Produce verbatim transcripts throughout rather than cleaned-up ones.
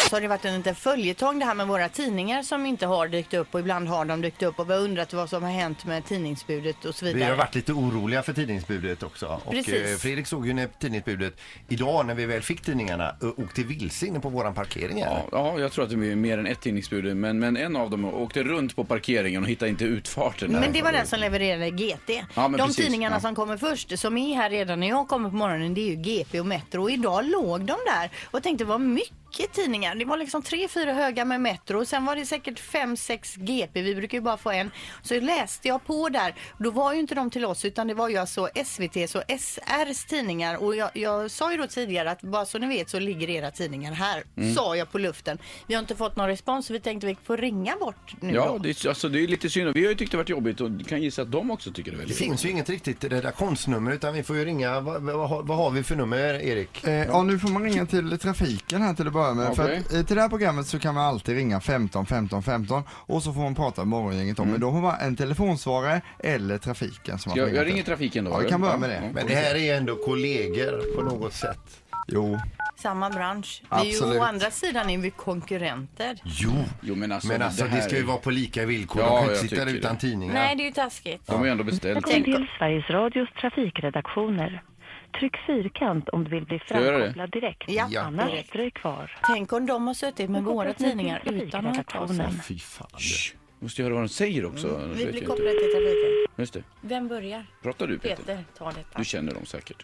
så har det varit en liten följetong det här med våra tidningar som inte har dykt upp och ibland har de dykt upp och vi har undrat vad som har hänt med tidningsbudet och så vidare. Vi har varit lite oroliga för tidningsbudet också. Och Precis. Fredrik såg ju när tidningsbudet idag när vi väl fick tidningarna åkte vilse inne på våran parkering. Ja, ja, jag tror att det är mer än ett tidningsbud, men, men en av dem åkte runt på parkeringen och hittade inte utfarten. Men det var den som levererade G T. Ja, de precis, tidningarna ja. som kommer först, som är här redan när jag kommer på morgonen, det är ju G P och Metro. Och idag låg de där och tänkte vad mycket tidningar. Det var liksom tre, fyra höga med Metro och sen var det säkert fem, sex G P. Vi brukar ju bara få en. Så läste jag på där. Då var ju inte de till oss utan det var ju alltså S V T:s och S R:s tidningar. Och jag, jag sa ju då tidigare att bara så ni vet så ligger era tidningar här. Mm. Sa jag på luften. Vi har inte fått någon respons så vi tänkte vi får ringa bort nu. Ja, då. det är, alltså, det är lite synd. Vi har ju tyckt det varit jobbigt och kan gissa att de också tycker det är väldigt Det finns ju inget riktigt redaktionsnummer utan vi får ju ringa. Vad, vad, vad har vi för nummer, Erik? Eh, ja, nu får man ringa till trafiken här till att börja med. Okay. För att, eh, till det här programmet så kan man alltid ringa femton femton femton och så får man prata med morgongänget om. Mm. Men då har man en telefonsvarare eller trafiken. Som man jag, får jag till. ringer trafiken då. Ja, vi kan börja med det. Men det här är ändå kollegor på något sätt. Jo. Samma bransch. Vi är ju, Absolut. å andra sidan är vi konkurrenter. Jo, Jo men alltså, men alltså det, det, här ska ju är- vara på lika villkor. Ja, De kan jag inte sitta tycker utan det. tidningar. Nej, det är ju taskigt. De har ju ändå beställt. Välkommen till Sveriges Radios trafikredaktioner. Tryck fyrkant om du vill bli jag göra det? framkopplad direkt. Ja, Ja. Annars direkt. dröj kvar. Tänk om de har suttit med våra tidningar utan att ta sig. Fy fan. Shh, måste jag höra vad de säger också. Vi annars vet blir jag inte. kopplade till trafiken. Just det. Vem börjar? Pratar du Peter? Peter, ta detta. Du känner dem säkert.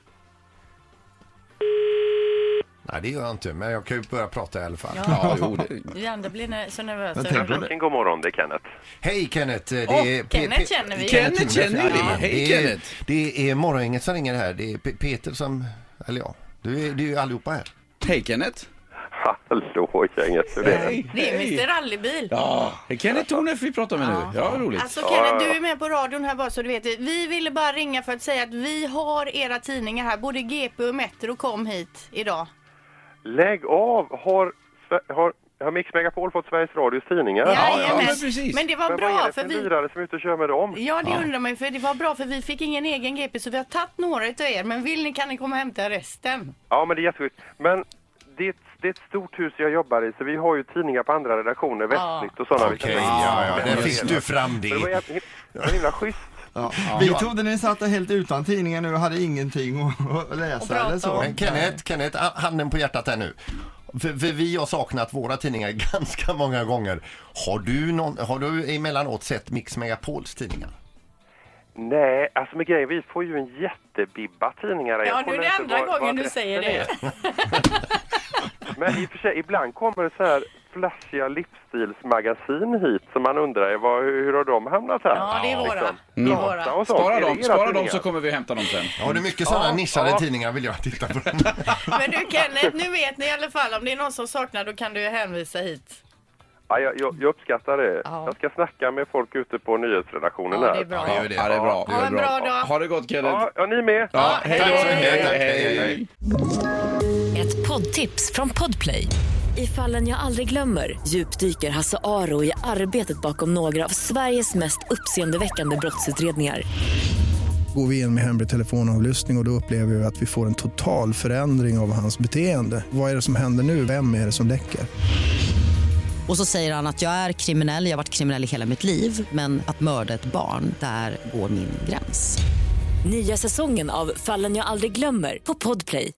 Nej, det gör jag inte, men jag kan ju börja prata i alla fall. Ja. Ja, jo, det... Vi andra blir nä- så nervösa. Jag tänker det. God morgon, det är Kenneth. Hej Kenneth, det Åh, är Pe- Kenneth Pe- känner vi. Kenneth Kenneth känner vi. Ja, Hej, det är, Kenneth. Det är morgongänget som ringer här. Det är Pe- Peter som, eller ja, du är, det är ju allihopa här. Hej Kenneth. Hallå, gänget. Hur är det? Hej. Det är mister Rallybil. Ja, det Kenneth Tornef vi pratar med nu. Ja, roligt. Alltså Kenneth, du är med på radion här bara så du vet. Vi ville bara ringa för att säga att vi har era tidningar här. Både G P och Metro kom hit idag. Lägg av. Har, har, har Mix Megapol fått Sveriges Radios tidningar? Jajamän. ja, men precis. Men det var Men vad bra är det för för vi... lirare som är ute och kör med dem? Ja, det undrar man ju, för det var bra för vi fick ingen egen G P så vi har tagit några utav er. Men vill ni kan ni komma och hämta resten. Ja, men det är jätteschysst. Men det är, ett, det är ett stort hus jag jobbar i, så vi har ju tidningar på andra redaktioner, Ja. Västnytt och sådana. Okej, ja, ja, där fick du fram Men det var det. jävla- det var himla schysst. Ja. Vi trodde ni satt där helt utan tidningar nu och hade ingenting att, att läsa Och prata eller så. om. Men Kenneth, Kenneth, handen på hjärtat här nu. För, för vi har saknat våra tidningar ganska många gånger. Har du, någon, har du emellanåt sett Mix Megapols tidningar? Nej, alltså med grejer, vi får ju en jättebibba tidningar. Ja, Jag nu är kollar det inte andra vad- gången vad du säger adressen det. är. Men i och för sig, ibland kommer det så här flashiga livsstilsmagasin hit som man undrar vad, hur har de hamnat här? Ja, det är våra. Liksom. Det är Data våra. och sånt. Spara Är det dem, era spara dem tidningar? så kommer vi hämta dem sen. Har du mycket sådana nischade ja. tidningar vill jag titta på. Men du Kenneth, nu vet ni i alla fall om det är någon som saknar då kan du ju hänvisa hit. Ja, jag, jag, jag uppskattar det. Ja. Jag ska snacka med folk ute på nyhetsredaktionen Ja, här. det är bra. Ja, gör det. Ja, det är bra. Det Ha är en bra dag. Ha det gott Kenneth. Ja, ja, ni med. Ja, hej då. tack så mycket. Hej, hej, hej. Ett poddtips från Podplay. I Fallen jag aldrig glömmer djupdyker Hasse Aro i arbetet bakom några av Sveriges mest uppseendeväckande brottsutredningar. Går vi in med hemlig telefonavlyssning och, och då upplever vi att vi får en total förändring av hans beteende. Vad är det som händer nu? Vem är det som läcker? Och så säger han att jag är kriminell, jag har varit kriminell i hela mitt liv. Men att mörda ett barn, där går min gräns. Nya säsongen av Fallen jag aldrig glömmer på Podplay.